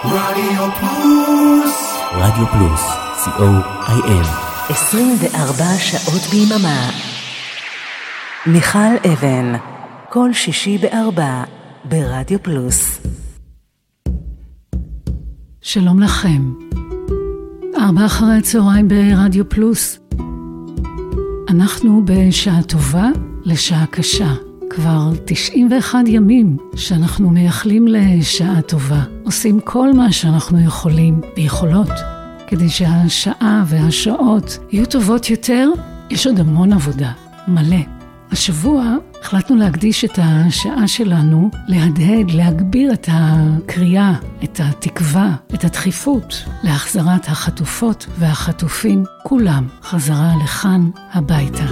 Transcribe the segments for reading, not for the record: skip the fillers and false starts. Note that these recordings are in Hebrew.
רדיו פלוס, רדיו פלוס, co.il 24 שעות ביממה. מיכל אבן, כל שישי ב4 ברדיו פלוס. שלום לכם, 4 אחרי הצהריים ברדיו פלוס. אנחנו בשעה טובה לשעה קשה. כבר 91 ימים שאנחנו מייחלים לשעה טובה. עושים כל מה שאנחנו יכולים ויכולות כדי שהשעה והשעות יהיו טובות יותר. יש עוד המון עבודה, מלא. השבוע החלטנו להקדיש את השעה שלנו להדהד, להגביר את הקריאה, את התקווה, את הדחיפות להחזרת החטופות והחטופים, כולם חזרה לכאן הביתה.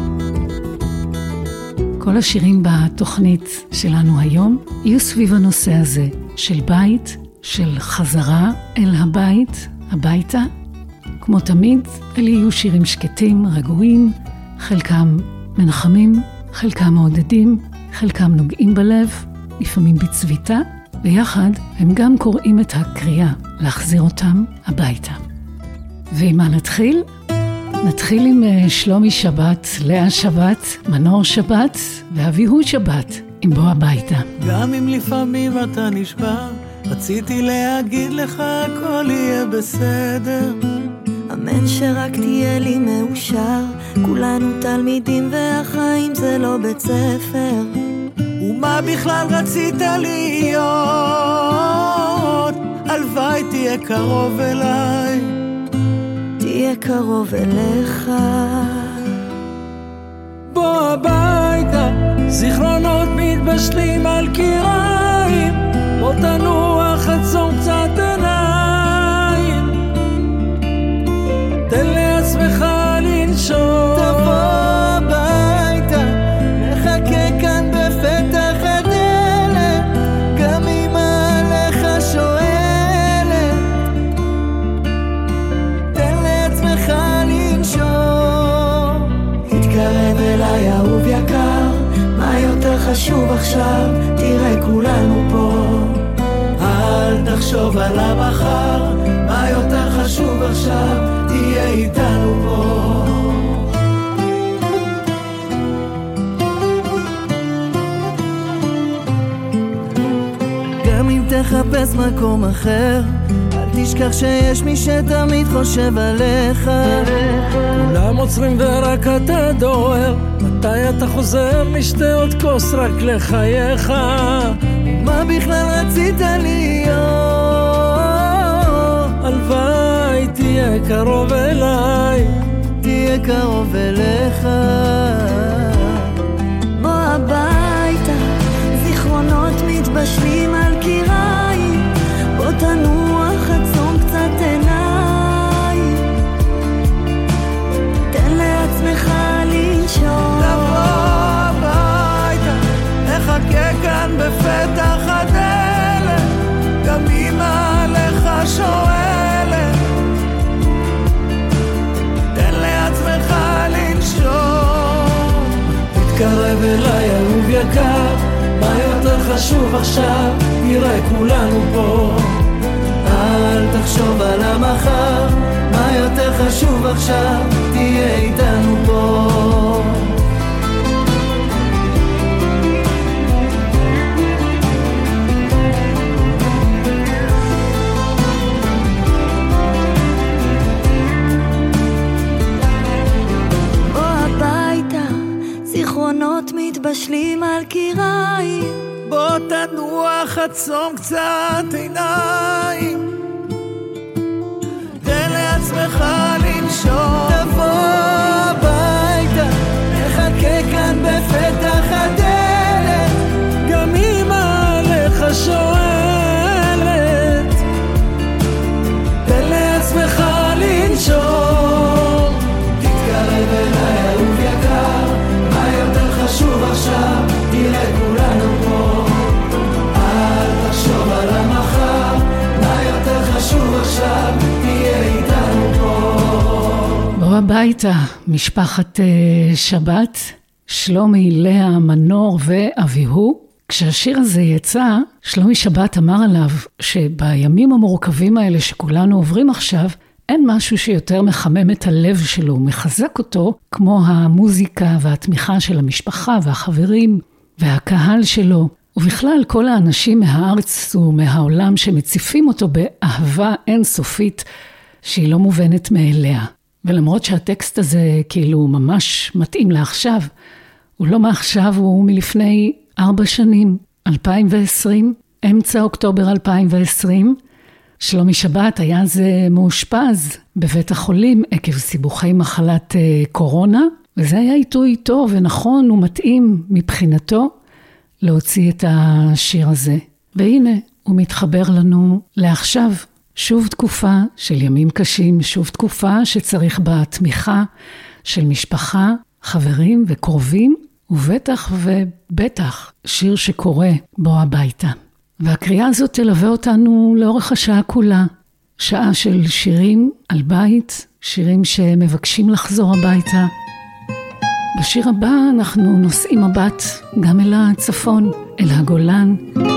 כל השירים בתוכנית שלנו היום יהיו סביב הנושא הזה של בית, של חזרה אל הבית, הביתה. כמו תמיד, אלה יהיו שירים שקטים, רגועים, חלקם מנחמים, חלקם מעודדים, חלקם נוגעים בלב, לפעמים בצביטה, ויחד הם גם קוראים את הקריאה להחזיר אותם הביתה. ועם מה נתחיל? נתחיל עם שלומי שבת, לאה שבת, מנור שבת ואביהו שבת עם בוא הביתה. גם אם לפעמים אתה נשבע, רציתי להגיד לך הכל יהיה בסדר. אמן שרק תהיה לי מאושר, כולנו תלמידים והחיים זה לא בית ספר. ומה בכלל רצית להיות? הלוואי תהיה קרוב אליי, תהיה קרוב אליך. בוא הביתה, זיכרונות מתבשלים על קיריים, בוא תנוח עצום קצת עיניים, תן לעצמך לנשום. תבוא הביתה, נחכה כאן בפתח הדלת, גם אמא עליך שואלת, תן לעצמך לנשום. התקרב אליי אהוב יקר, מה יותר חשוב עכשיו, תראה כולנו פה. אל תחשוב על המחר, מה יותר חשוב עכשיו, תהיה איתנו פה. גם אם תחפש מקום אחר, אל תשכח שיש מי שתמיד חושב עליך. כולם עוצרים ורק אתה דוהר, מתי אתה חוזר משתה עוד כוס רק לחייך. מה בכלל רצית להיות? הלוואי תהיה קרוב אליי, תהיה קרוב אליך. בוא הביתה, זיכרונות מתבשלים על קיריים, בוא תנוח עצום קצת עיניים, תן לעצמך לנשום. תבוא הביתה, נחכה כאן בפתח הדלת, גם אמא עליך שואלת, תן לעצמך לנשום. תתקרב אליי אהוב יקר, מה יותר חשוב עכשיו, נראה כולנו פה. אל תחשוב על המחר, מה יותר חשוב עכשיו, תהיה איתנו פה. בוא הביתה, זיכרונות מתבשלים על קיריים, בוא תנוח עצום קצת עיניים, תן לעצמך לנשום. תבוא הביתה, נחכה כאן בפתח הדלת, גם אמא עליך שואלת, תן לעצמך לנשום. תתקרב אליי אהוב יקר, מה יותר חשוב עכשיו, תראה כולנו פה. אל תחשוב על המחר, מה יותר חשוב עכשיו, תהיה איתנו פה. בוא הביתה, משפחת שבת, שלומי, לאה, מנור ואביהו. כשהשיר הזה יצא, שלומי שבת אמר עליו שבימים המורכבים האלה שכולנו עוברים עכשיו, אין משהו שיותר מחמם את הלב שלו, מחזק אותו, כמו המוזיקה והתמיכה של המשפחה והחברים והקהל שלו, ובכלל כל האנשים מהארץ ומהעולם שמציפים אותו באהבה אינסופית שהיא לא מובנת מאליה. ולמרות שהטקסט הזה כאילו ממש מתאים לעכשיו, הוא לא מעכשיו, הוא מלפני 4 שנים, 2020, אמצע אוקטובר 2020, שלומי שבת היה זה מאושפז בבית החולים עקב סיבוכי מחלת קורונה, וזה היה עיתוי טוב ונכון ומתאים מבחינתו להוציא את השיר הזה. והנה, הוא מתחבר לנו לעכשיו, שוב תקופה של ימים קשים, שוב תקופה שצריך בה תמיכה של משפחה, חברים וקרובים, ובטח ובטח שיר שקורא בו הביתה. והקריאה הזאת תלווה אותנו לאורך השעה כולה, שעה של שירים על בית, שירים שמבקשים לחזור הביתה. בשיר הבא אנחנו נושאים מבט גם אל הצפון, אל הגולן.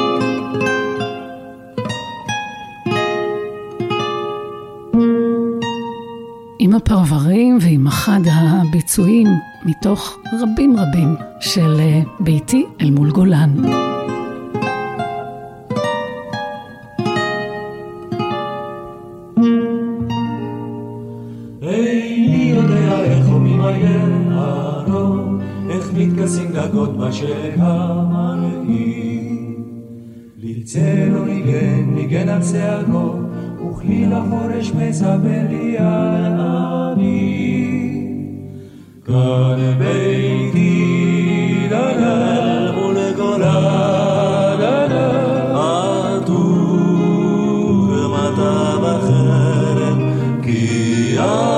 עם הפרברים ועם אחד הביצועים מתוך רבים רבים של ביתי אל מול גולן. איני יודע איך וממיין הארון, איך מתכסים גגות בשלג המרהיב. ליצל או ניגן על צעקו, וכליל החורש מספר לי על אבי. כאן ביתי דגל מול גולן, עטור מטה בחרם, כי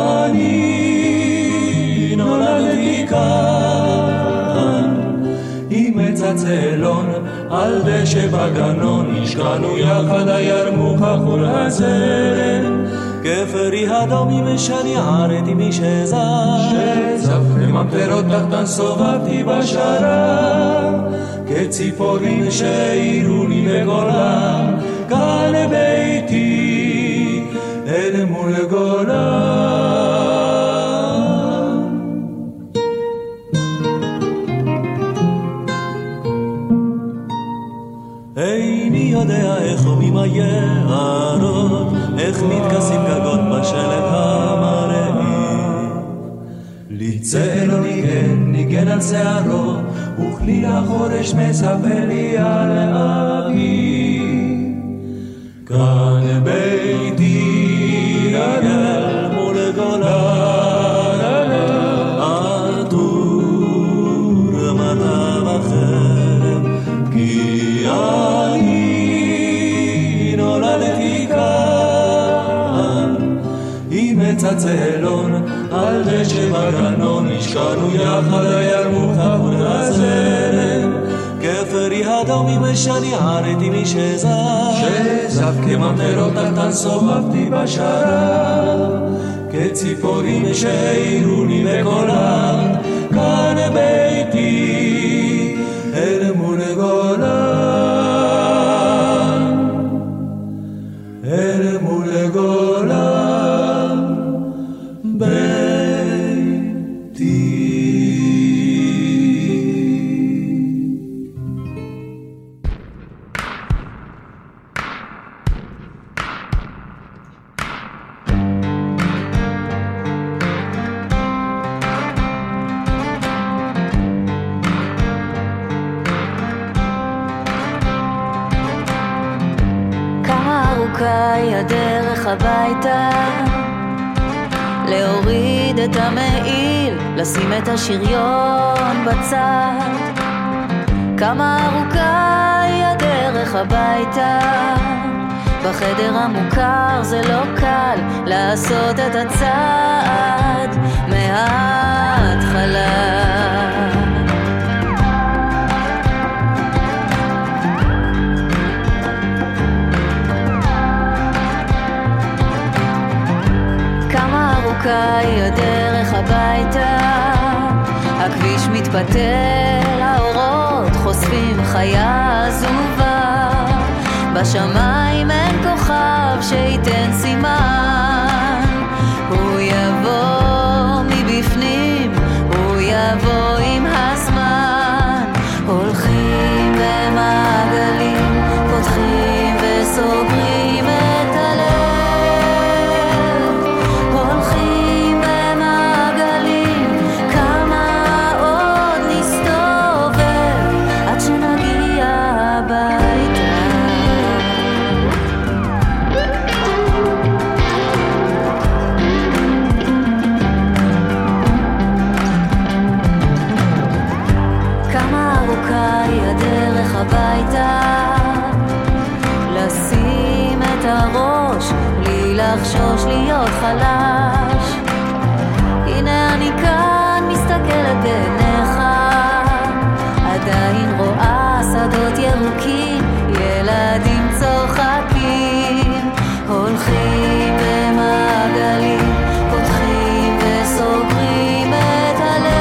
אני נולדתי כאן. עם עץ הצלון על דשא בגנון, השקענו יחד הירמוך החול הזרם. כפרי הדומים שאני ערתי משזף, כממטרות תחתן סובבתי בשרב, כציפורים שעירו לי בגולן, כאן ביתי אל מול גולן. איני יודע איך עומים היערות, איך מתכסים גגות בשלג המרהיב. ליצל או ניגן על שערו, וכליל החורש מספר לי על אבי. כאן ביתי אל מול גולן, עטור מטה בחרם, כי אני נולדתי כאן. עם עץ הצלון על דשא בגנון, השקענו יחד הירמוך החול הזרם. כפרי הדומים שאני ערתי משזף, כממטרות תחתן סובבתי בשרב, כציפורים שעירו לי בקולן, כאן ביתי אל מול גולן, אל מול גולן ביתי. היא הדרך הביתה, להוריד את המעיל, לשים את השריון בצד. כמה ארוכה היא הדרך הביתה, בחדר המוכר זה לא קל לעשות את הצעד מההתחלה. היא הדרך הביתה, הכביש מתפתל, האורות חושפים חיה עזובה, בשמיים אין כוכב שייתן סימן. הוא יבוא מבפנים, הוא יבוא עם הזמן. הולכים במעגלים, פותחים וסוגרים את הלב. הולכים במעגלים, כמה עוד נסתובב עד שנגיע הביתה. כמה ארוכה היא הדרך הביתה, לשים את הראש בלי לחשוש להיות חלש. הנה אני כאן מסתכלת בעיניך, עדיין רואה שדות ירוקים, ילדים צוחקים. הולכים במעגלים, פותחים וסוגרים את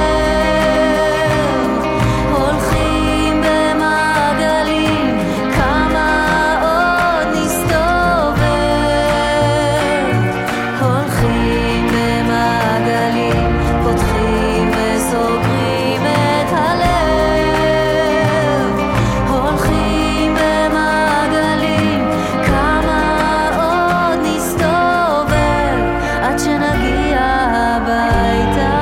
הלב. הולכים במעגלים, כמה עוד נסתובב. הולכים במעגלים, פותחים וסוגרים את הלב. הולכים במעגלים, כמה עוד נסתובב עד שנגיע הביתה.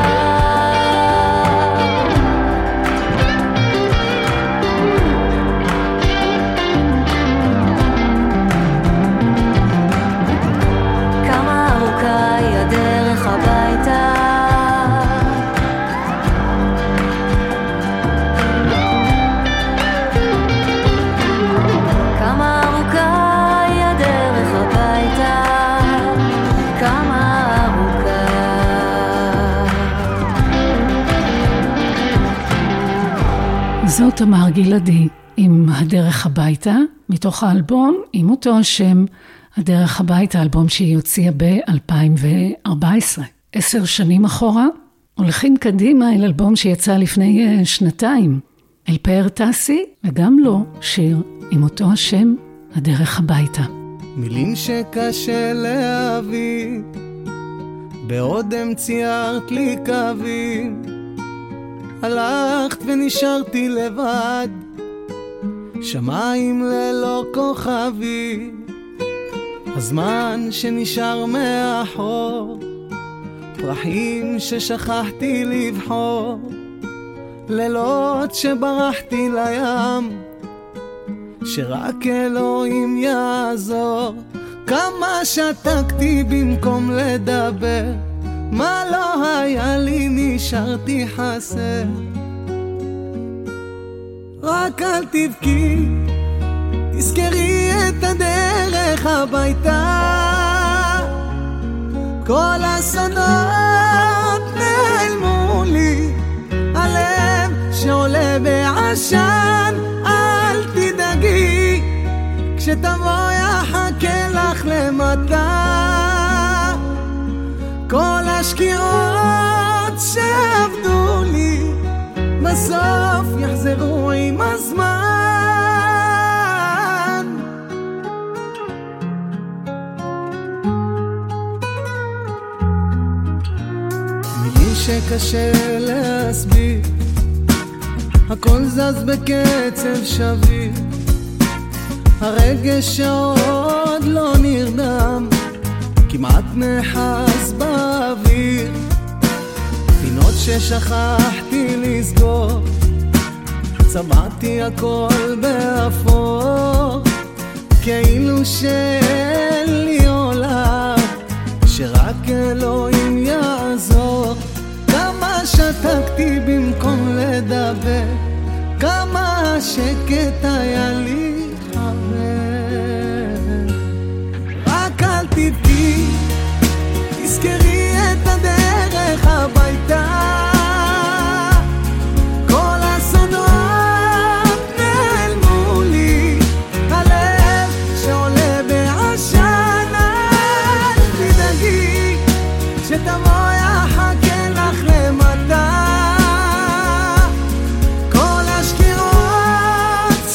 כמה ארוכה היא הדרך הביתה, כמה ארוכה היא הדרך הביתה, כמה ארוכה. זאת תמר גלעדי עם הדרך הביתה, מתוך האלבום עם אותו השם, הדרך הביתה, אלבום שהיא הוציאה ב-2014. 10 שנים אחורה, הולכים קדימה אל אלבום שיצא לפני 2 אל פאר טסי, וגם לו שיר עם אותו השם, הדרך הביתה. מילים שקשה להביא, בעודם ציירת לי קווים, הלכת ונשארתי לבד, שמיים ללא כוכבים, הזמן שנשאר מאחור, פרחים ששכחתי לבחור, לילות שברחתי לים, שרק אלוהים יעזור. כמה שתקתי במקום לדבר, מה לא היה לי, נשארתי חסר. רק אל תבכי, תזכרי את הדרך הביתה, כל הסודות נעלמו לי, הלב שעולה בעשן. אל תדאגי, כשתבוא יחכה לך למטה, כל השקיעות שעבדו לי בסוף יחזרו עם הזמן. מילים שקשה להסביר, הכל זז בקצב שביר, הרגש שעוד לא נרדם, כמעט נחס באוויר, פינות ששכחתי לסגור, צבעתי הכל באפור, כאילו שאין לי עולם, שרק אלוהים יעזור. כמה שתקתי במקום לדבר, כמה שקט היה לי חבר. רק אל תבכי, תזכרי את הדרך הביתה, כל הסודות נעלמו לי, הלב שעולה בעשן. אל תדאגי, שתבוא יחכה לך למטה, כל השקיעות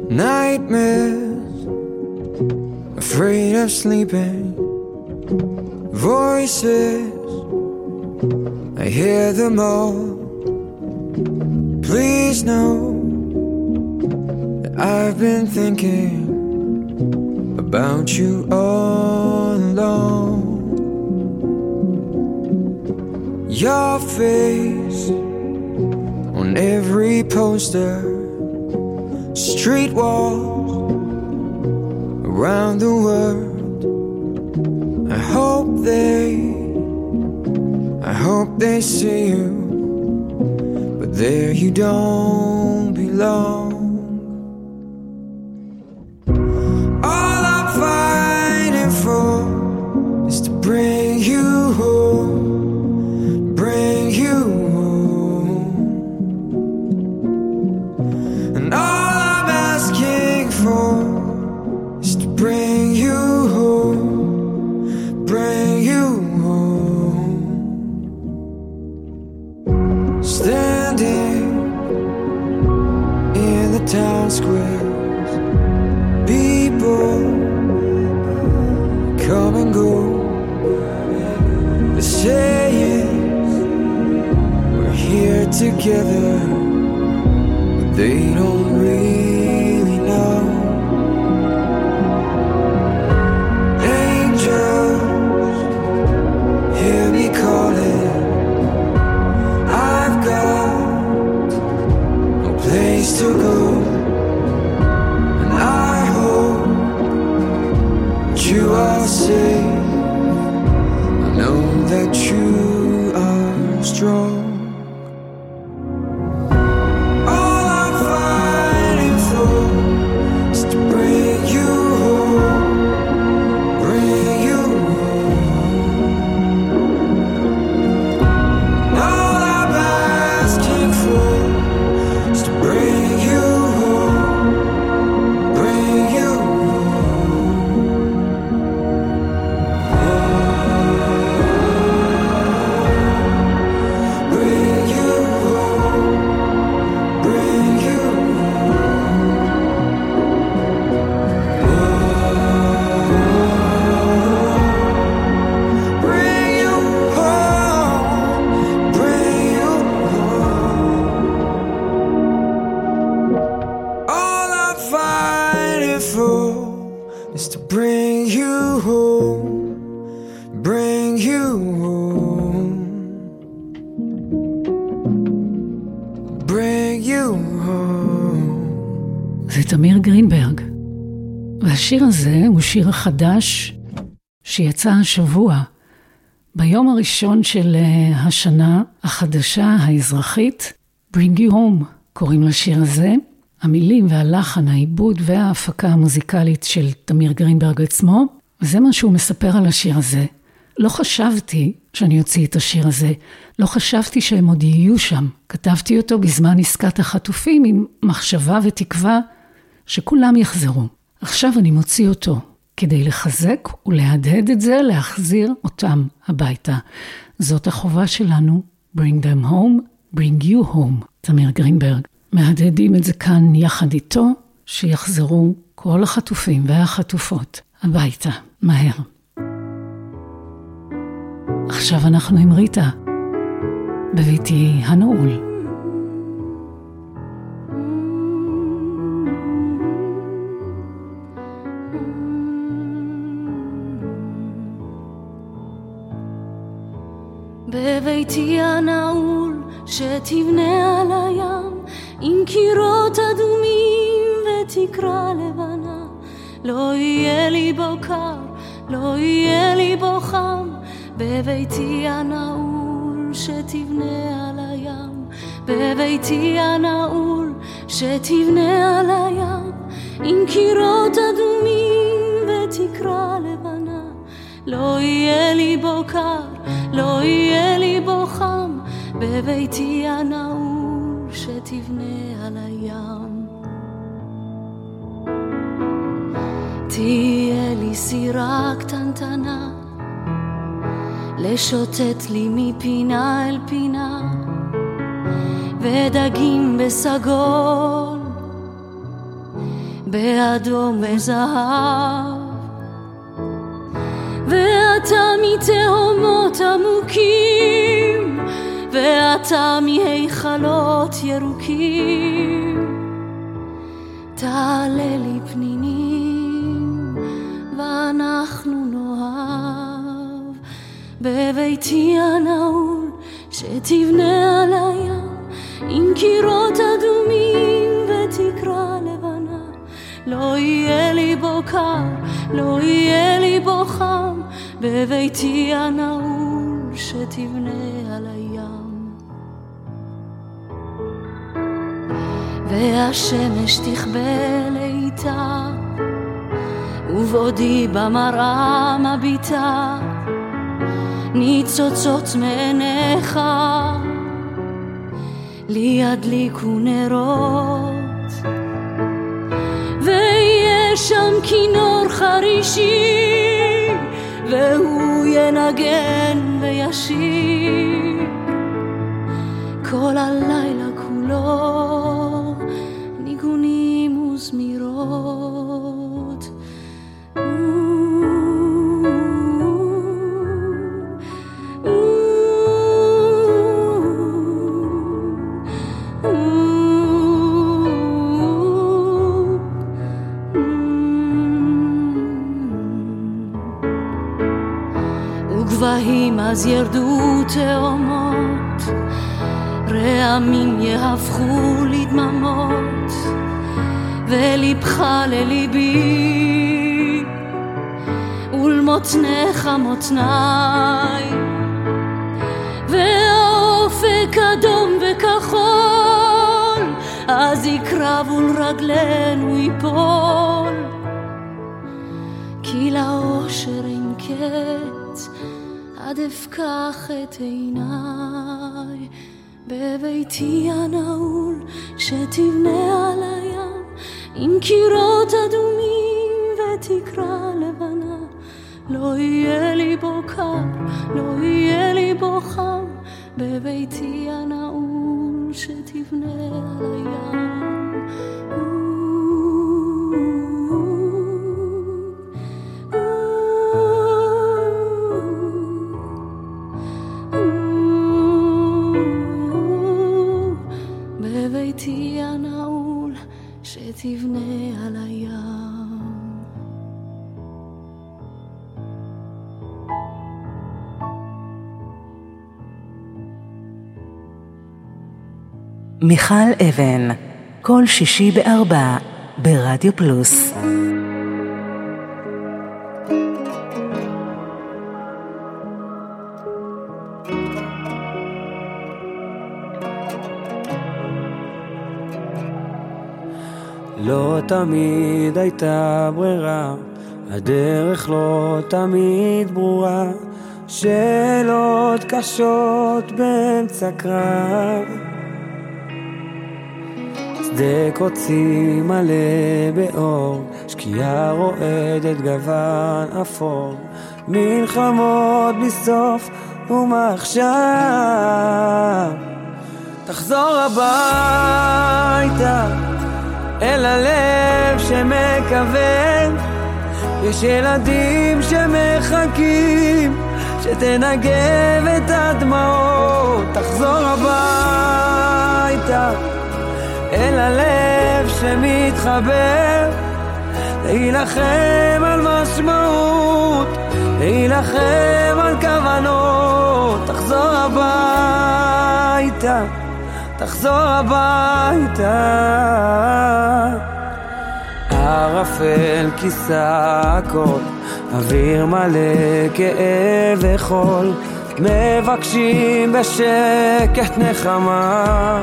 nightmares, afraid of sleeping, voices, I hear them all. Please know that I've been thinking about you all along. Your face on every poster, street walls around the world. I hope they see you, but there you don't belong. All I'm fighting for is to bring you home, bring you home. And all I'm asking for is to bring you home, bring you home. Standing in the town squares, people come and go. The sayings, we're here together, but they don't really know. Angels, hear me calling. I've got no place to go, and I hope that you are safe. I know that you are strong. All I'm fighting for is to bring you home, bring you home. All I'm asking for is to bring you home, bring you bring you home, bring you bring you home, bring you home. All I'm fighting for is to bring you home, bring you home, bring you home. זה תמיר גרינברג. והשיר הזה הוא שיר חדש שיצא השבוע, ביום הראשון של השנה החדשה האזרחית. Bring You Home קוראים לשיר הזה. המילים והלחן, העיבוד וההפקה המוזיקלית של תמיר גרינברג עצמו, וזה מה שהוא מספר על השיר הזה. לא חשבתי שאני אוציא את השיר הזה, לא חשבתי שהם עוד יהיו שם. כתבתי אותו בזמן עסקת החטופים עם מחשבה ותקווה שכולם יחזרו. עכשיו אני מוציא אותו כדי לחזק ולהדהד את זה, להחזיר אותם הביתה. זאת החובה שלנו, bring them home, bring you home. תמיר גרינברג. מהדהדים את זה כאן יחד איתו, שיחזרו כל החטופים והחטופות הביתה, מהר. עכשיו אנחנו עם ריטה, בביתי הנעול. בביתי הנעול שתבנה על הים עם קירות אדומים ותקרה לבנה, לא יהיה לי בו קר, לא יהיה לי בו חם, בביתי הנעול שתבנה על הים, בביתי הנעול שתבנה על הים עם קירות אדומים ותקרה לבנה, לא יהיה לי בו קר, לא יהיה לי בו חם, בביתי הנעול שתבנה על הים. תהיה לי סירה קטנטנה לשוטט לי מפינה אל פינה, ודגים בסגול באדום וזהב, ואתה מתהומות עמוקים, ואתה מהיכלות ירוקים. תעלה לי פנינים ואנחנו נאהב, בביתי הנעול שתבנה על הים, עם קירות אדומים ותקרה לבנה. לא יהיה לי בו קר, לא יהיה לי בו חם, בביתי הנעול שתבנה על הים. והשמש תכבה לאיתה, ובעודי במראה מביטה, ניצוצות מעיניך לי ידליקו נרות, ויש שם כינור חרישי, והוא ינגן וישיר כל הלילה כולו ניגונים וזמירות. וגבהים אז ירדו תאומות, רעמים יהפכו לדממות, ולבך לליבי ולמותניך מותניי, והאופק אדום וכחול אז יקרב ולרגלנו ייפול, כי לאושר אין קץ עד אפקח את עיניי, בביתי הנעול שתבנה על הים, עם קירות אדומים ותקרה לבנה. לא יהיה לי בו קר, לא יהיה לי בו חם, בביתי הנעול שתבנה על הים. בביתי הנעול שתבנה על הים. מיכל אבן, כל שישי ב16 ברדיו פלוס. לא תמיד הייתה ברירה, הדרך לא תמיד ברורה, שאלות קשות באמצע קרב, שדה קוצים מלא באור, שקיעה רועדת גוון אפור, מלחמות בלי סוף ומה עכשיו? תחזור הביתה אל הלב שמכוון, יש ילדים שמחכים שתנגב את הדמעות. תחזור הביתה אל הלב שמתחבר, להילחם על משמעות, להילחם על כוונות. תחזור הביתה, תחזור הביתה. ערפל כיסה הכל, אוויר מלא כאב וחול, מבקשים בשקט נחמה.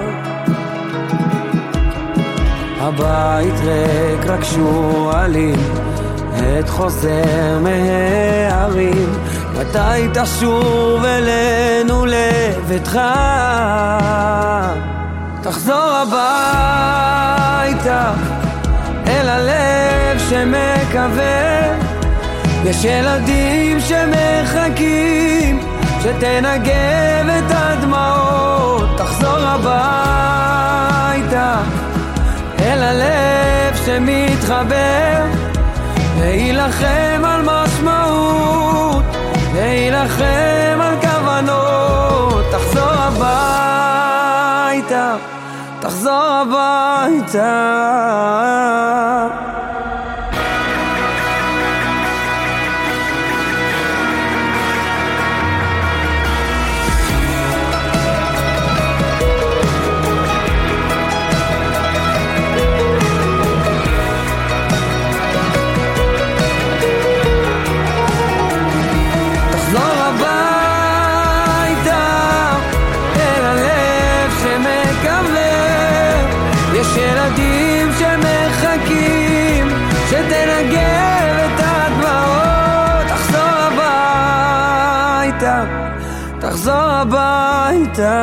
הבית ריק, רק שואלים את חוזר מהערים, מתי תשוב אלינו לביתך? תחזור הביתה אל הלב שמקווה, יש ילדים שמחכים שתנגב את הדמעות. תחזור הביתה אל הלב שמתחבר, להילחם על משמעות, להילחם על כוונות. תחזור הביתה, תחזור הביתה. ילדים שמחכים שתנגב את הדמעות. תחזור הביתה, תחזור הביתה,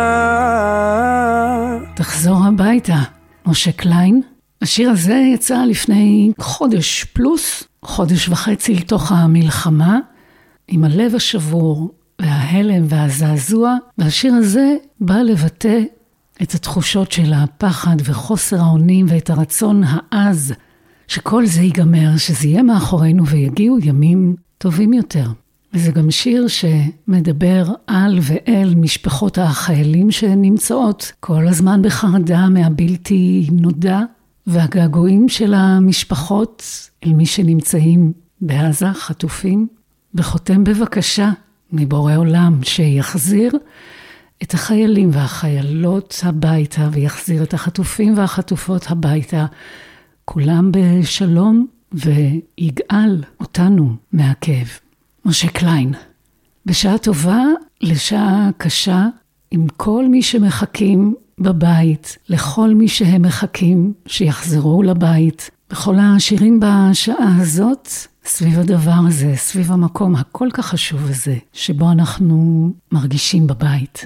תחזור הביתה. משה קליין. השיר הזה יצא לפני חודש פלוס, חודש וחצי לתוך המלחמה, עם הלב השבור וההלם והזעזוע, והשיר הזה בא לבטא את התחושות של הפחד וחוסר האונים ואת הרצון העז שכל זה ייגמר, שזה יהיה מאחורינו ויגיעו ימים טובים יותר. וזה גם שיר שמדבר על ואל משפחות החיילים שנמצאות כל הזמן בחרדה מהבלתי נודע, והגעגועים של המשפחות אל מי שנמצאים בעזה, חטופים, וחותם בבקשה מבורא עולם שיחזיר את החיילים והחיילות הביתה, ויחזיר את החטופים והחטופות הביתה, כולם בשלום, ויגאל אותנו מהכאב. משה קליין. בשעה טובה לשעה קשה, עם כל מי שמחכים בבית, לכל מי שהם מחכים שיחזרו לבית. בכל השירים בשעה הזאת, סביב הדבר הזה, סביב המקום הכל כך חשוב הזה, שבו אנחנו מרגישים בבית.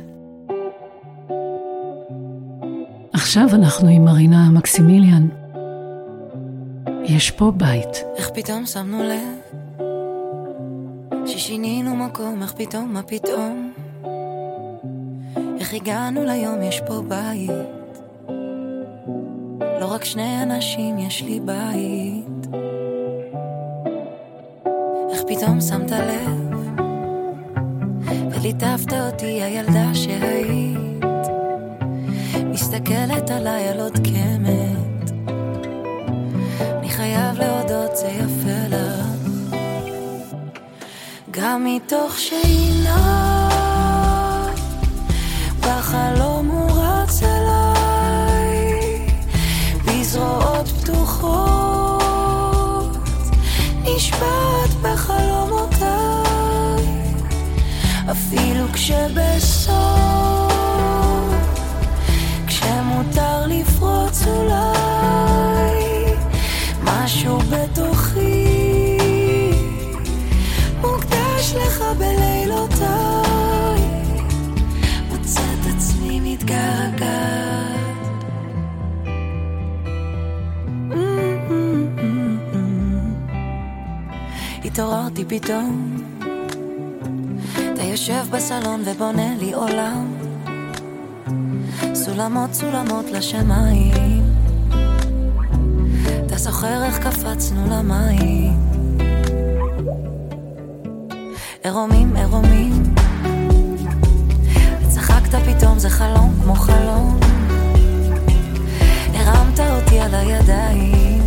עכשיו אנחנו עם מרינה מקסימיליאן. יש פה בית. איך פתאום שמנו לב ששינינו מקום, איך פתאום, מה פתאום, איך הגענו ליום יש פה בית, לא רק שני אנשים, יש לי בית. איך פתאום שמת לב וליטפת אותי הילדה שהיית, מסתכלת עליי על עוד קמת, אני חייב להודות זה יפה לך, גם מתוך שינה בחלום הוא רץ אליי, בזרועות פתוחות נשבעת בחלומותיי, אפילו כשבסוף כשמותר לפרוץ אולי משהו בתוכי מוקדש לך בלילותיי, מוצאת עצמי מתגעגעת. התעוררתי פתאום, אתה יושב בסלון ובונה לי עולם, סולמות סולמות לשמיים, אתה זוכר איך קפצנו למים, עירומים עירומים, וצחקת פתאום זה חלום כמו חלום, הרמת אותי על הידיים,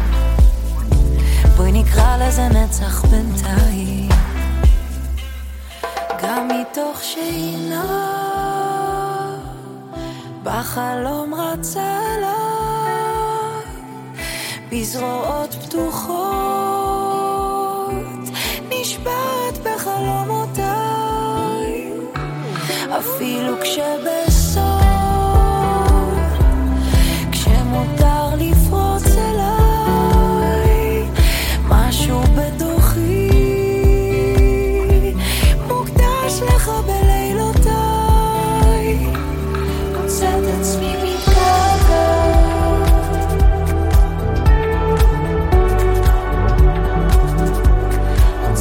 בואי נקרא לזה נצח בינתיים, גם מתוך שינה בחלום רצה אליי, בזרועות פתוחות נשבעת בחלומותיי, אפילו כשבסוף כשמותר לפרוץ אליי משהו בתוכי מוקדש לך בלילותיי, מוצאת עצמי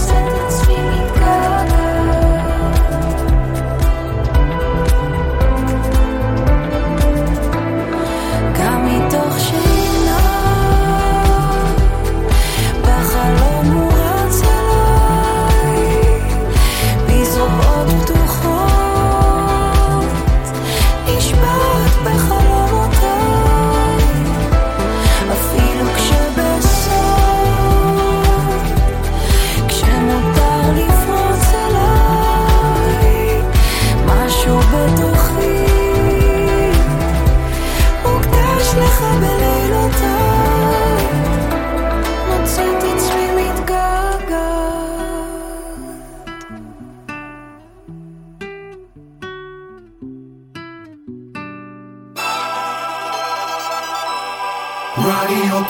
מתגעגעת,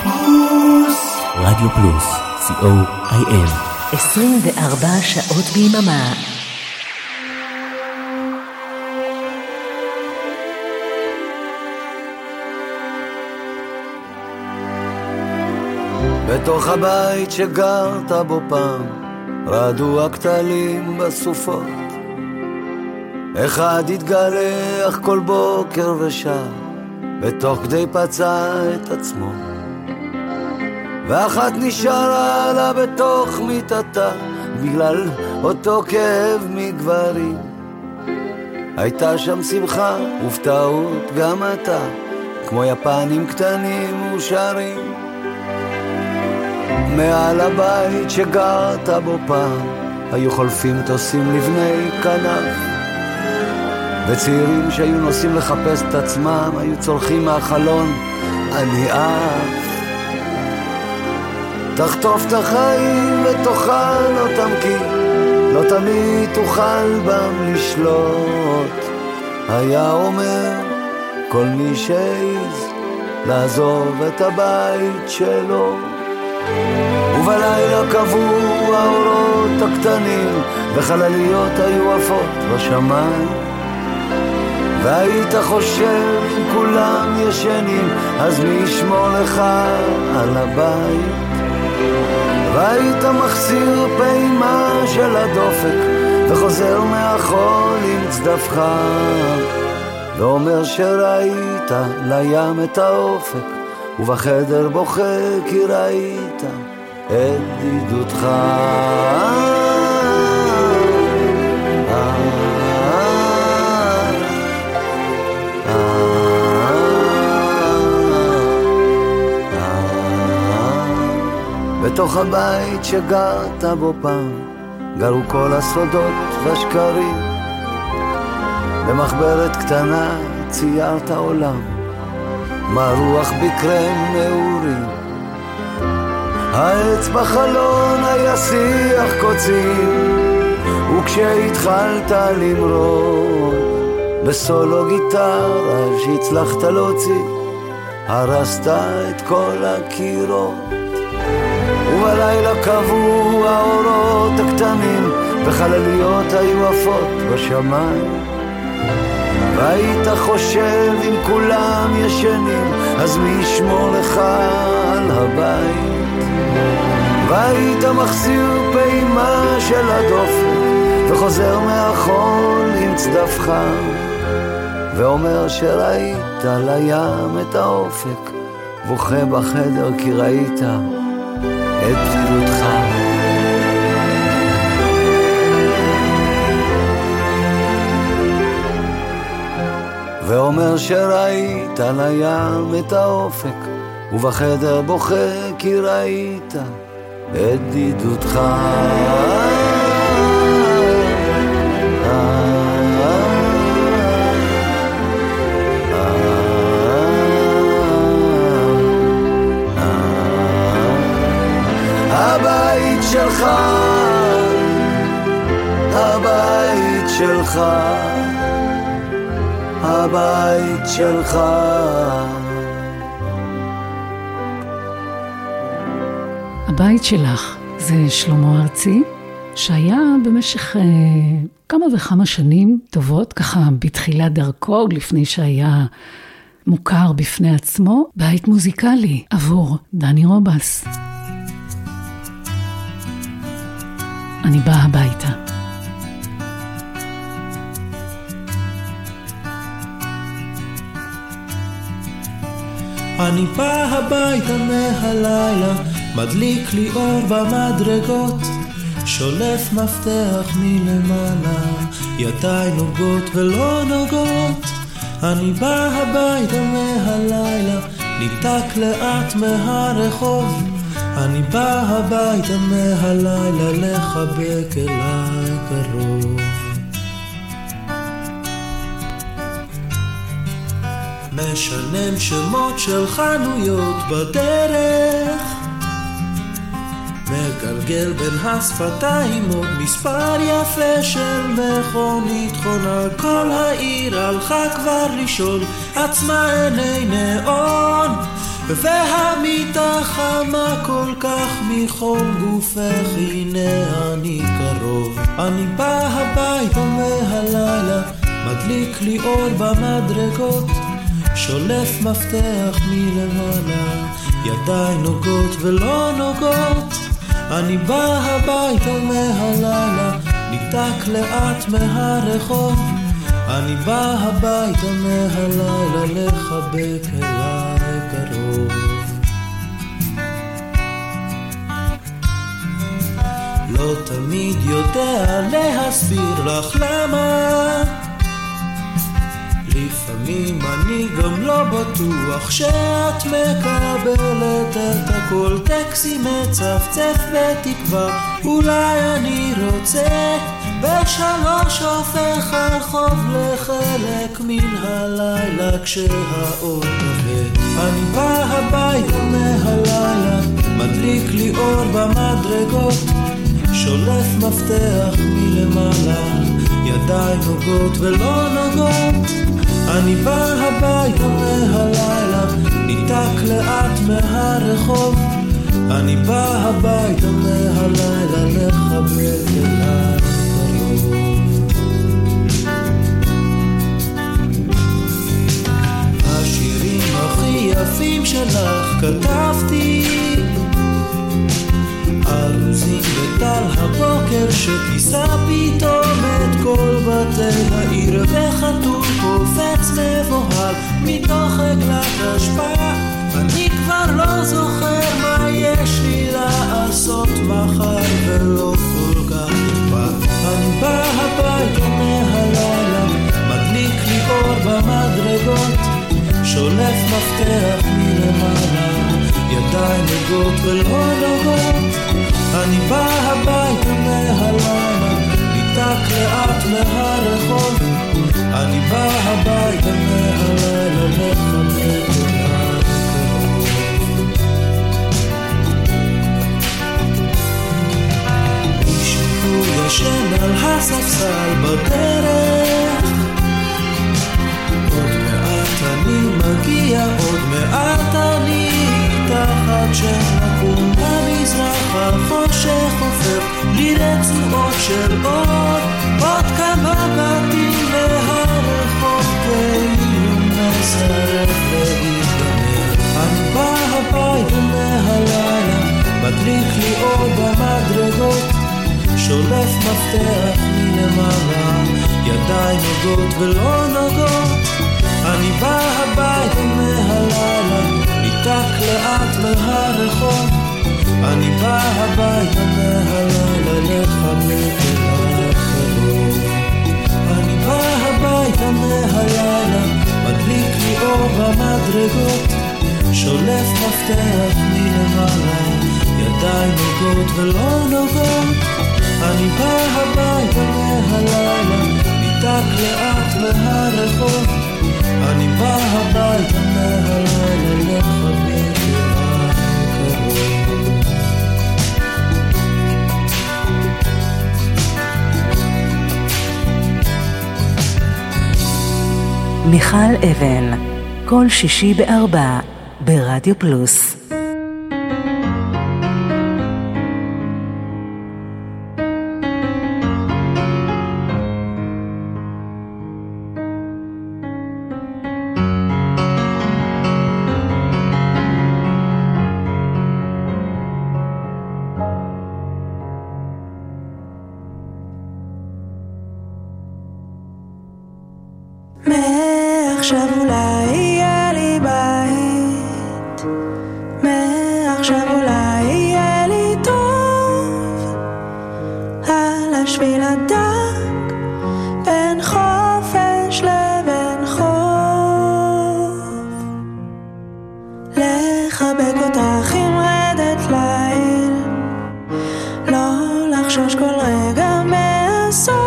פלוס. רדיו פלוס, COIM. 24 שעות ביממה. בתוך הבית שגרת בו פעם רעדו הכתלים בסופות, אחד התגלח כל בוקר ושר בתוך כדי פצע את עצמו, ואחת נשארה לה בתוך מיטתה בגלל אותו כאב מגברים. הייתה שם שמחה ופתעות גם אתה, כמו יפנים קטנים ושרים. מעל הבית שגרת בו פעם היו חולפים טוסים לבני כנף, וצעירים שהיו נוסעים לחפש את עצמם היו צורכים מהחלון אני עף. תחטוף את החיים ותאכל אותם, כי לא תמיד תוכל בם לשלוט, היה אומר כל מי שעיז לעזוב את הבית שלו. ובלילה קבעו האורות הקטנים וחלליות היו עפות בשמיים, והיית חושב אם כולם ישנים אז מי ישמור לך על הבית, והיית מחסיר פעימה של הדופק וחוזר מהחול עם צדפך, ואומר שראית לים את האופק ובחדר בוכה כי ראית את בדידותך. בתוך הבית שגרת בו פעם גרו כל הסודות והשקרים, במחברת קטנה ציירת עולם מה רוח בקרם נעורים, העץ בחלון היה שיח קוצים, וכשהתחלת למרוד בסולו גיטרה שהצלחת להוציא הרסת את כל הקירות. ובלילה קבעו האורות הקטנים וחלליות היו עפות בשמיים, והיית חושב אם כולם ישנים אז מי ישמור לך על הבית, והיית מחסיר פעימה של הדופק וחוזר מהחול עם צדפך, ואומר שראית לים את האופק בוכה בחדר כי ראית את בדידותך. ואומר שראית לים את האופק ובחדר בוכה כי ראית את בדידותך. הבית שלך, הבית שלך, הבית שלך. הבית שלך זה שלמה ארצי, שהיה במשך כמה וכמה שנים טובות, ככה בתחילת דרכו, עוד לפני שהיה מוכר בפני עצמו, בית מוזיקלי עבור דני רובס. אני באה הביתה. אני בא הביתה מהלילה, מדליק לי אור במדרגות, שולף מפתח מלמעלה, ידיי נוגעות ולא נוגעות. אני בא הביתה מהלילה, ניתק לאט מהרחוב, אני בא הביתה מהלילה לחבק אליי קרוב. משנם שמות של חנויות בדרך, מגלגל בין השפתיים עוד מספר יפה של מכונית חונה. כל העיר הלכה כבר לשאול עצמה עיני נאון, והמיטה חמה כל כך מחום גופך, הנה אני קרוב. אני בא הביתה מהלילה, מדליק לי אור במדרגות, שולף מפתח מלמעלה, ידיי נוגעות ולא נוגעות. אני בא הביתה מהלילה, ניתק לאט מהרחוב. אני בא הביתה מהלילה, לחבק אליי קרוב. לא תמיד יודע להסביר לך למה, לפעמים אני גם לא בטוח שאת מקבלת את הכל. טקסי מצפצף בתקווה, אולי אני רוצה בשלוש הופך הרחוב לחלק מן הלילה כשהאור עובד. אני בא הביתה מהלילה, מדליק לי אור במדרגות, שולף מפתח מלמעלה, ידיי נוגעות ולא נוגעות. אני בא הביתה מהלילה, ניתק לאט מהרחוב. אני בא הביתה מהלילה, לחבק אליי קרוב. השירים הכי יפים שלך כתבתי, ארוזים בטל הבוקר שכיסה פתאום את כל בתי העיר, וחתול קופץ מבוהל מתוך עגלת השפעה. אני כבר לא זוכר מה יש לי לעשות מחר ולא כל כך אכפת. אני בא הביתה מהלילה, מדליק לי אור במדרגות, שולף מפתח מלמעלה, ידיי נוגעות ולא נוגעות. אני בא הביתה מהלילה, ניתק לאט מהרחוב. אני בא הביתה מהלילה, לחבק אליי קרוב. מישהו ישן על הספסל בדרך, עוד מעט אני מגיע, עוד מעט אני תחת שנקום במזרח החושך חופר לי רצועות של אור. עוד כמה בתים והרחוב כאילו מסרב להתגמר. אני בא הביתה מהלילה, מדליק לי אור במדרגות, שולף מפתח מלמעלה, ידיי נוגעות ולא נוגעות. אני בא הביתה מהלילה, ניתק לאט מהרחוב. אני בא הביתה מהלילה, לחבק אליי קרוב. אני בא הביתה מהלילה, מדליק לי אור במדרגות, שולף מפתח מלמעלה, ידיי נוגעות ולא נוגעות. אני בא הביתה מהלילה, ניתק לאט מהרחוב. אני בא הביתה מהלילה, לחבק אליי קרוב. מיכל אבן, כל שישי ב16:00 ברדיו פלוס. מעכשיו אולי יהיה לי בית, מעכשיו אולי יהיה לי טוב, על השביל הדק בין חופש לבין חוף, לחבק אותך עם רדת ליל, לא לחשוש כל רגע מהסוף.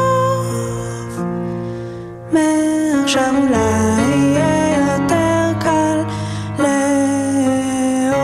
עכשיו אולי יהיה יותר קל לאהוב.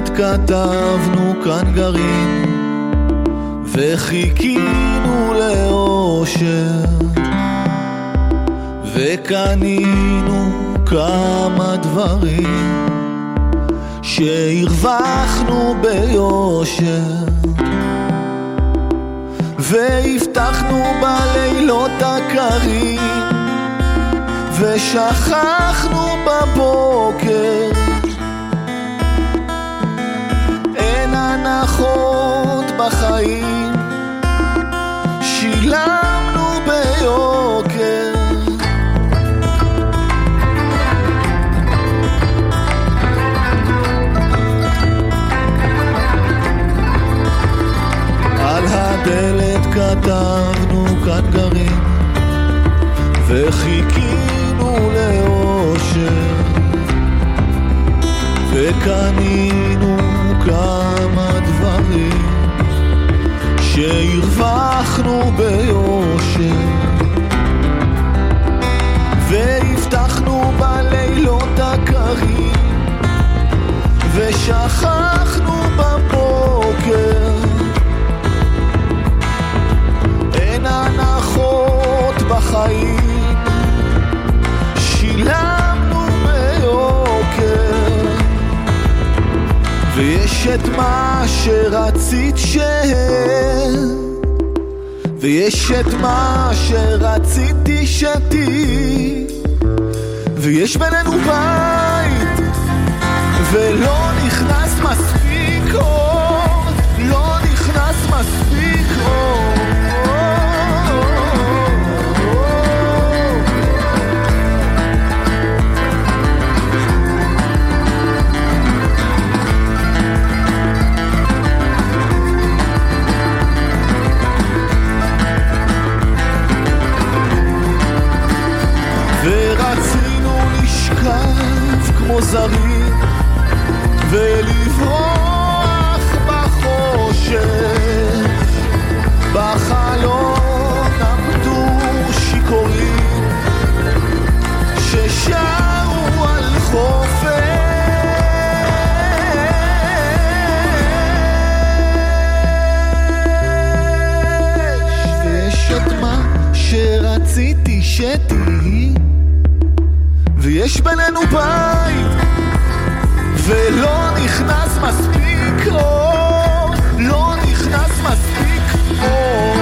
הדלת כתבנו כאן גרים וחיכינו לאושר וקנינו כמה דברים שהרווחנו ביושר והבטחנו בלילות הקרים ושכחנו בבוקר אין הנחות בחיים שילמנו ביוקר על הדלת כתבנו כאן גרים וחיכינו לאושר וקנינו כמה דברים שהרווחנו ביושר והבטחנו בלילות הקרים ושכחנו בבוקר אין הנחות בחיים שילמנו ביוקר ויש את מה שרצית ויש את מה שרציתי שתהי ויש בינינו בית ולא נכנס מספיק אור לא נכנס מספיק אור ורצינו לשכב כמו זרים ולברוח בחושך בחלון עמדו שיכורים ששרו על חופש ויש את מה שרציתי שתהי ויש בינינו בית ולא נכנס מספיק אור לא נכנס מספיק אור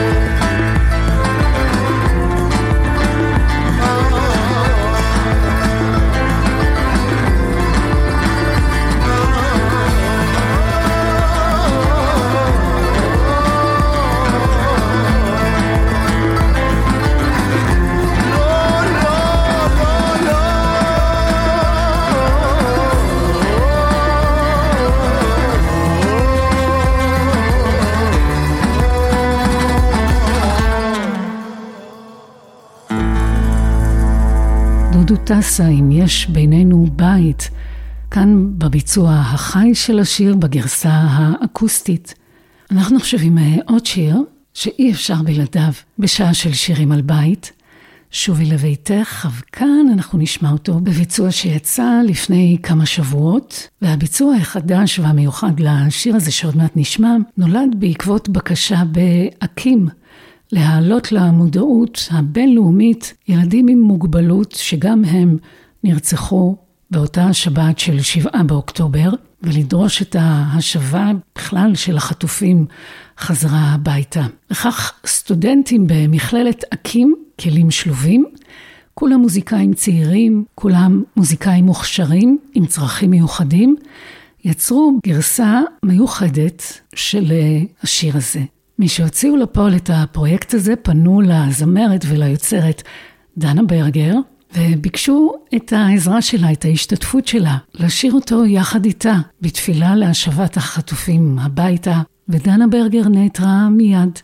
דודו טסה, אם יש בינינו בית, כאן בביצוע החי של השיר בגרסה האקוסטית. אנחנו עכשיו עם עוד שיר שאי אפשר בלעדיו בשעה של שירים על בית, שובי לביתך, וכאן אנחנו נשמע אותו בביצוע שיצא לפני כמה שבועות, והביצוע החדש והמיוחד לשיר הזה שעוד מעט נשמע, נולד בעקבות בקשה באקים, להעלות למודעות הבינלאומית ילדים עם מוגבלות שגם הם נרצחו באותה שבת של 7 באוקטובר, ולדרוש את ההשבה בכלל של החטופים חזרה הביתה. לכך סטודנטים במכללת אקים, כלים שלובים, כולם מוזיקאים צעירים, כולם מוזיקאים מוכשרים עם צרכים מיוחדים, יצרו גרסה מיוחדת של השיר הזה. מי שהוציאו לפועל את הפרויקט הזה פנו לזמרת וליוצרת דנה ברגר, וביקשו את העזרה שלה, את ההשתתפות שלה, לשיר אותו יחד איתה, בתפילה להשבת החטופים הביתה, ודנה ברגר נעתרה מיד.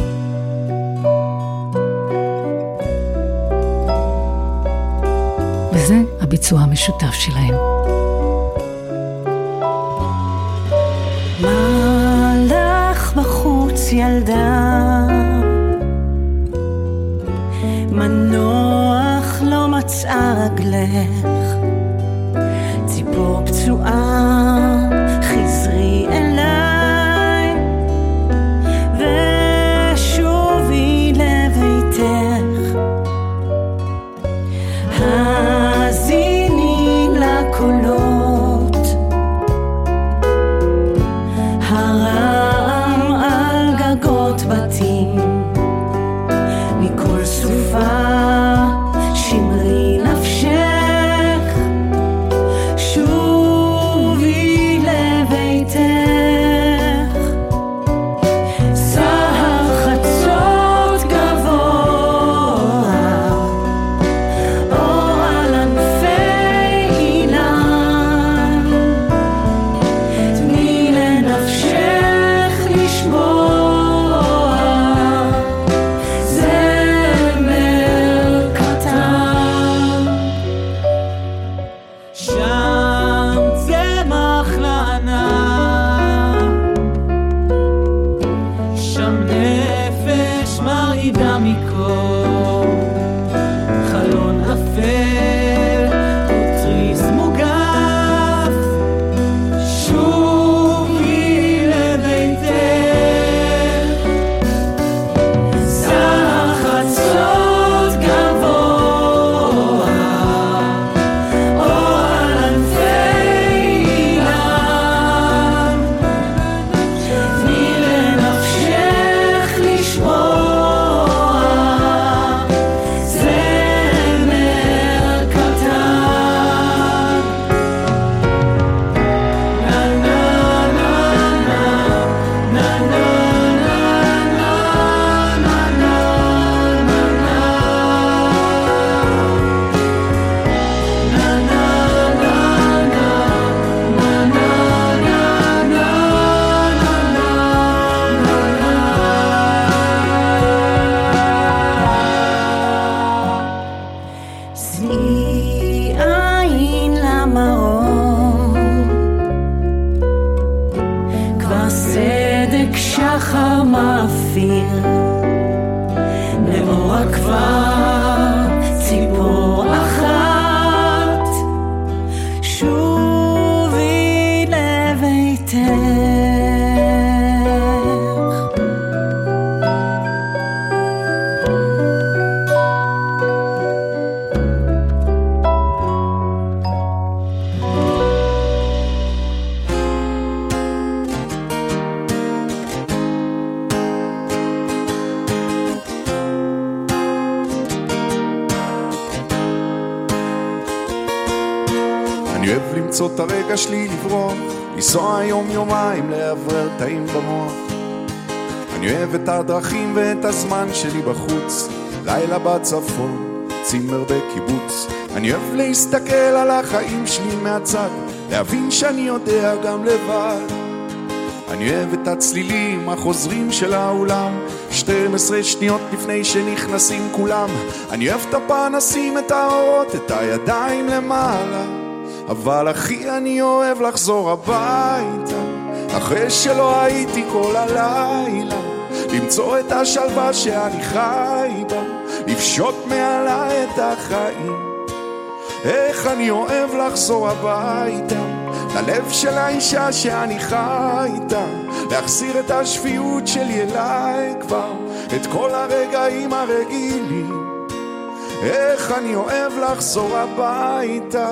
וזה הביצוע המשותף שלהם. מה לך בחוץ ילדה? מנוח לא מצאה רגלך, ציפור פצועה חזרי הרעם על גגות בתים, מכל סופה שמרי נפשך, שובי לביתך. סהר חצות גבוה, אור על ענפי אילן, תני לנפשך לשמוע זמר קטן. שם צמח לענה, שם נפש מרעידה מקור, חלון אפל ותריס מוגף, שובי לביתך. סהר חצות גבוה, אור על ענפי אילן, תני לנפשך לשמוע זמר קטן. נה נה נה נה נה נה שאי עין למרום, כבר סדק שחר מאפיר, נאורה כבר ציפור אחת, שובי לביתך. אני אוהב למצוא את הרגע שלי לברוח, לנסוע יום יומיים לעבר תאים במוח. אני אוהב את הדרכים ואת הזמן שלי בחוץ, לילה בצפון, צימר בקיבוץ. אני אוהב להסתכל על החיים שלי מהצד, להבין שאני יודע גם לבד. אני אוהב את הצלילים החוזרים של האולם, 12 שניות לפני שנכנסים כולם. אני אוהב את הפנסים, את האורות, את הידיים למעלה. אבל אחי אני אוהב לחזור הביתה, אחרי שלא הייתי כל הלילה, למצוא את השלווה שאני חי בה, לפשוט מעלה את החיים. איך אני אוהב לחזור הביתה, ללב של האישה שאני חי איתה, להחזיר את השפיות שלי אליי כבר, את כל הרגעים הרגילים. איך אני אוהב לחזור הביתה.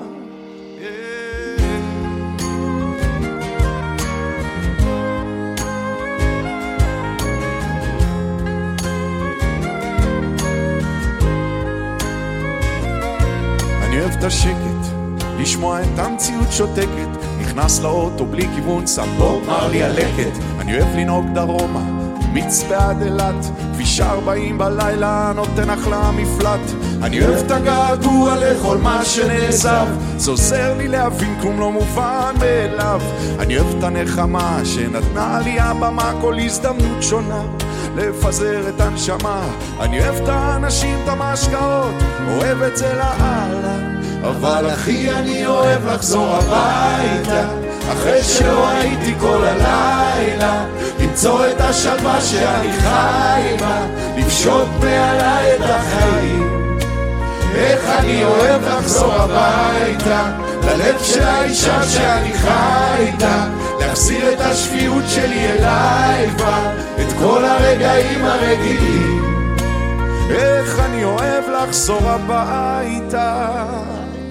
אני אוהב את השקט, לשמוע את המציאות שותקת, נכנס לאוטו בלי כיוון, שם בוב מרלי הלקט. אני אוהב לנהוג דרומה, מצפה עד אילת, כביש 40 בלילה נותן אחלה מפלט. אני אוהב את הגעגוע לכל מה שנעזב, זה עוזר לי להבין כלום לא מובן מאליו. אני אוהב את הנחמה שנתנה לי הבמה, כל הזדמנות שונה לפזר את הנשמה. אני אוהב את האנשים, את המשקאות, אוהב את זה לאללה. אבל אחי אני אוהב לחזור הביתה, אחרי שלא הייתי כל הלילה, למצוא את השלווה שאני חי בה, לפשוט מעלה את החיים. איך אני אוהב לחזור הביתה, ללב של האישה שאני חי איתה, להחזיר את השפיות שלי אליי כבר, את כל הרגעים הרגילים. איך אני אוהב לחזור הביתה.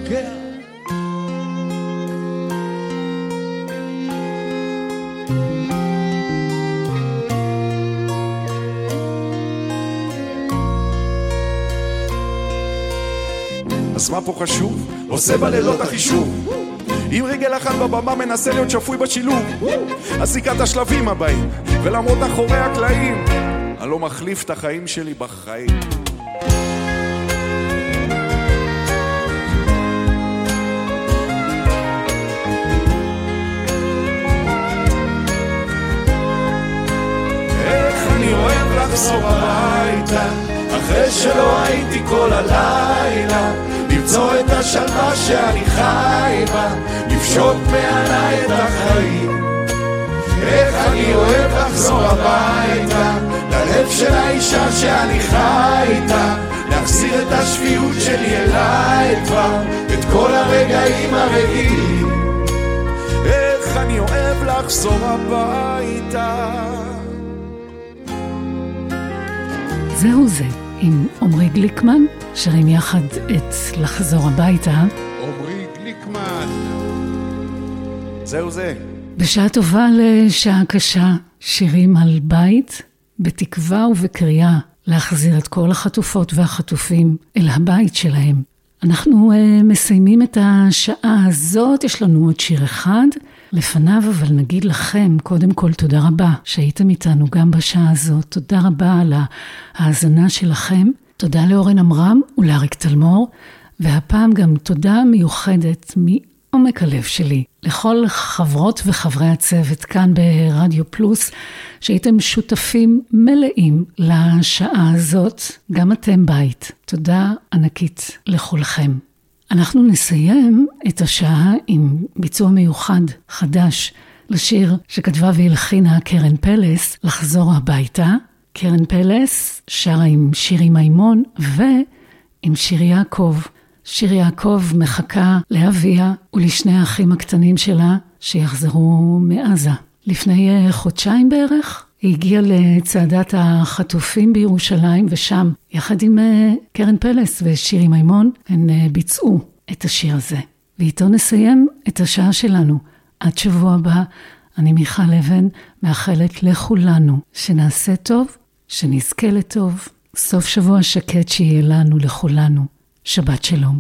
כן. מה פה חשוב? עושה בלילות החישוב. עם רגל אחת בבמה מנסה להיות שפוי בשילוב, עסיקת השלבים הבאים, ולמרות אחורי הקלעים אני לא מחליף את החיים שלי בחיים. איך אני אוהב לחזור הביתה אחרי שלא הייתי כל הלילה, למצוא את השלווה שאני חי בה, לפשוט מעליי את החיים. איך אני אוהב לחזור הביתה ללב של האישה שאני חי איתה, להחזיר את השפיות שלי אליי כבר, את כל הרגעים הרגילים. איך אני אוהב לחזור הביתה. זהו זה, עם עומרי גליקמן, שרים יחד את לחזור הביתה. עומרי גליקמן. זהו זה. בשעה טובה לשעה קשה, שירים על בית, בתקווה ובקריאה להחזיר את כל החטופות והחטופים אל הבית שלהם. אנחנו מסיימים את השעה הזאת, יש לנו עוד שיר אחד לפניו, אבל נגיד לכם קודם כל תודה רבה שהייתם איתנו גם בשעה הזאת. תודה רבה על ההאזנה שלכם. תודה לאורן אמרם ולאריק תלמור, והפעם גם תודה מיוחדת מעומק הלב שלי לכל חברות וחברי הצוות כאן ברדיו פלוס, שהייתם שותפים מלאים לשעה הזאת, גם אתם בית. תודה ענקית לכולכם. אנחנו נסיים את השעה עם ביצוע מיוחד חדש לשיר שכתבה והלחינה קרן פלס, לחזור הביתה. קרן פלס שרה עם שירי מימון ועם שיר יעקב. שיר יעקב מחכה לאביה ולשני האחים הקטנים שלה שיחזרו מעזה. לפני חודשיים בערך היא הגיעה לצעדת החטופים בירושלים, ושם יחד עם קרן פלס ושירי מימון הן ביצעו את השיר הזה. ואיתו נסיים את השעה שלנו. עד שבוע הבא, אני מיכל אבן, מאחלת לכולנו שנעשה טוב, שנזכה לטוב, סוף שבוע שקט שיהיה לנו לכולנו. שבת שלום.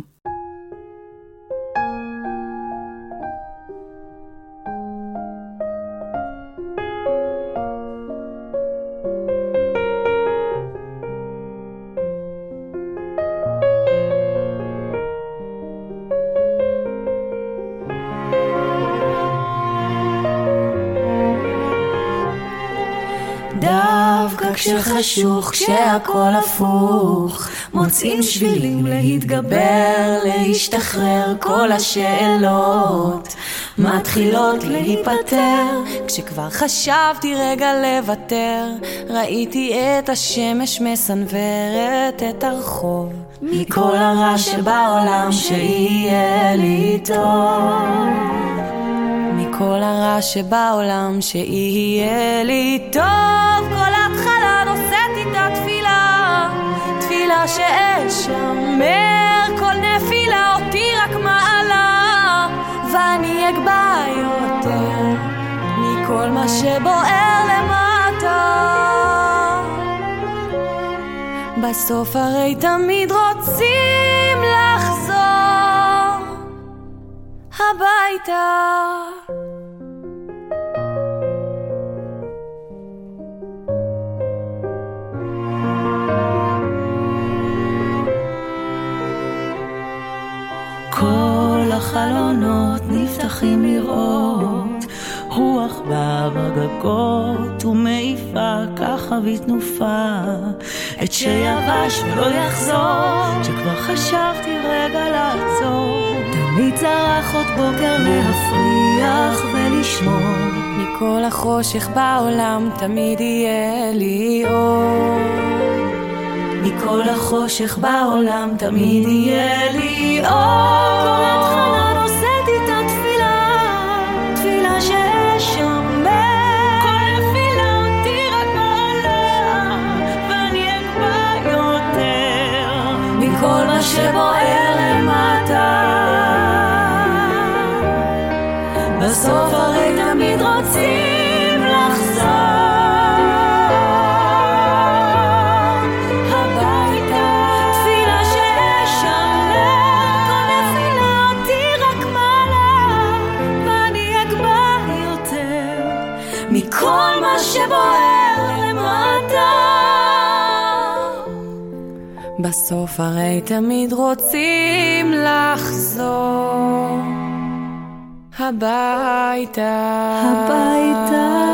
כשחשוך, כשהכל הפוך, מוצאים שבילים להתגבר, להשתחרר, כל השאלות מתחילות להיפטר. כשכבר חשבתי רגע לוותר, ראיתי את השמש מסנוורת את הרחוב, מכל הרע שבעולם שיהיה לי טוב, מכל הרע שבעולם שיהיה לי טוב. כל התחלה נושאת איתה תפילה, תפילה שאשמר כל נפילה אותי רק מעלה, ואני אגבה יותר מכל מה שבוער למטה. בסוף הרי תמיד רוצים לחזור הביתה. כל החלונות נפתחים לראות, רוח באה בגגות ומעיפה ככה בתנופה את שיבש ולא יחזור. שכבר חשבתי רגע לעצור, תמיד צרח עוד בוקר להפריח ולשמור, מכל החושך בעולם תמיד יהיה לי אור, מכל החושך בעולם תמיד יהיה לי אור. כל התחלה נושאת איתה תפילה, תפילה שאשמר כל נפילה אותי רק מעלה, ואני אגבה יותר מכל מה שבוער למטה. בסוף הרי תמיד רוצים לחזור הביתה, תפילה שאשמר מכל מה שבוער למטה. בסוף הרי תמיד רוצים לחזור הביתה, הביתה.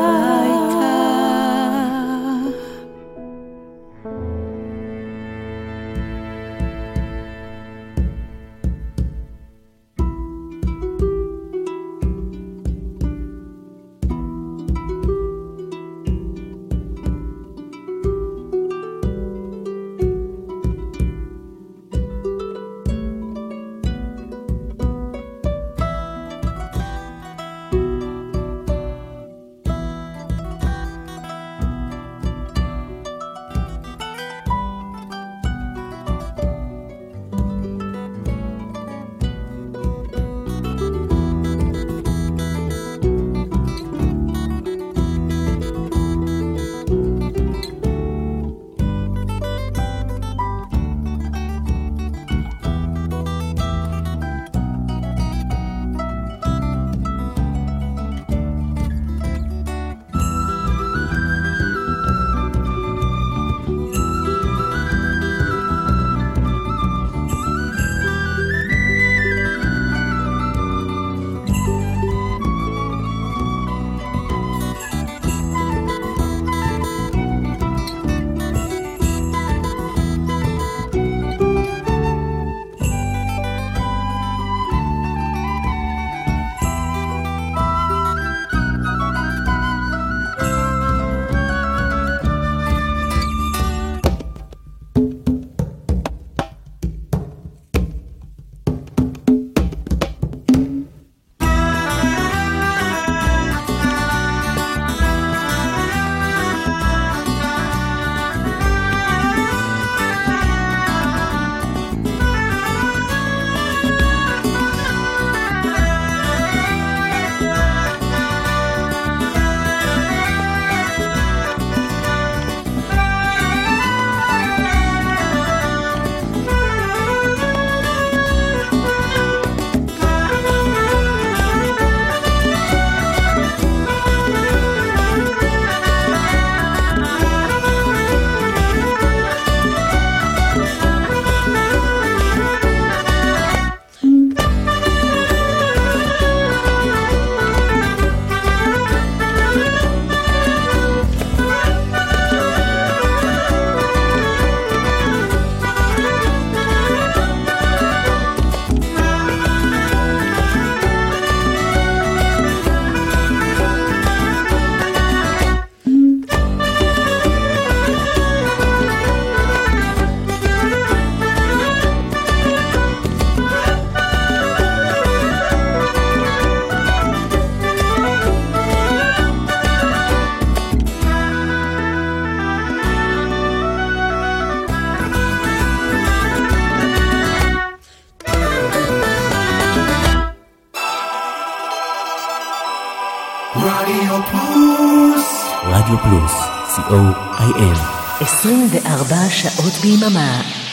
רדיו פלוס. רדיו פלוס, co.il 24 שעות ביממה.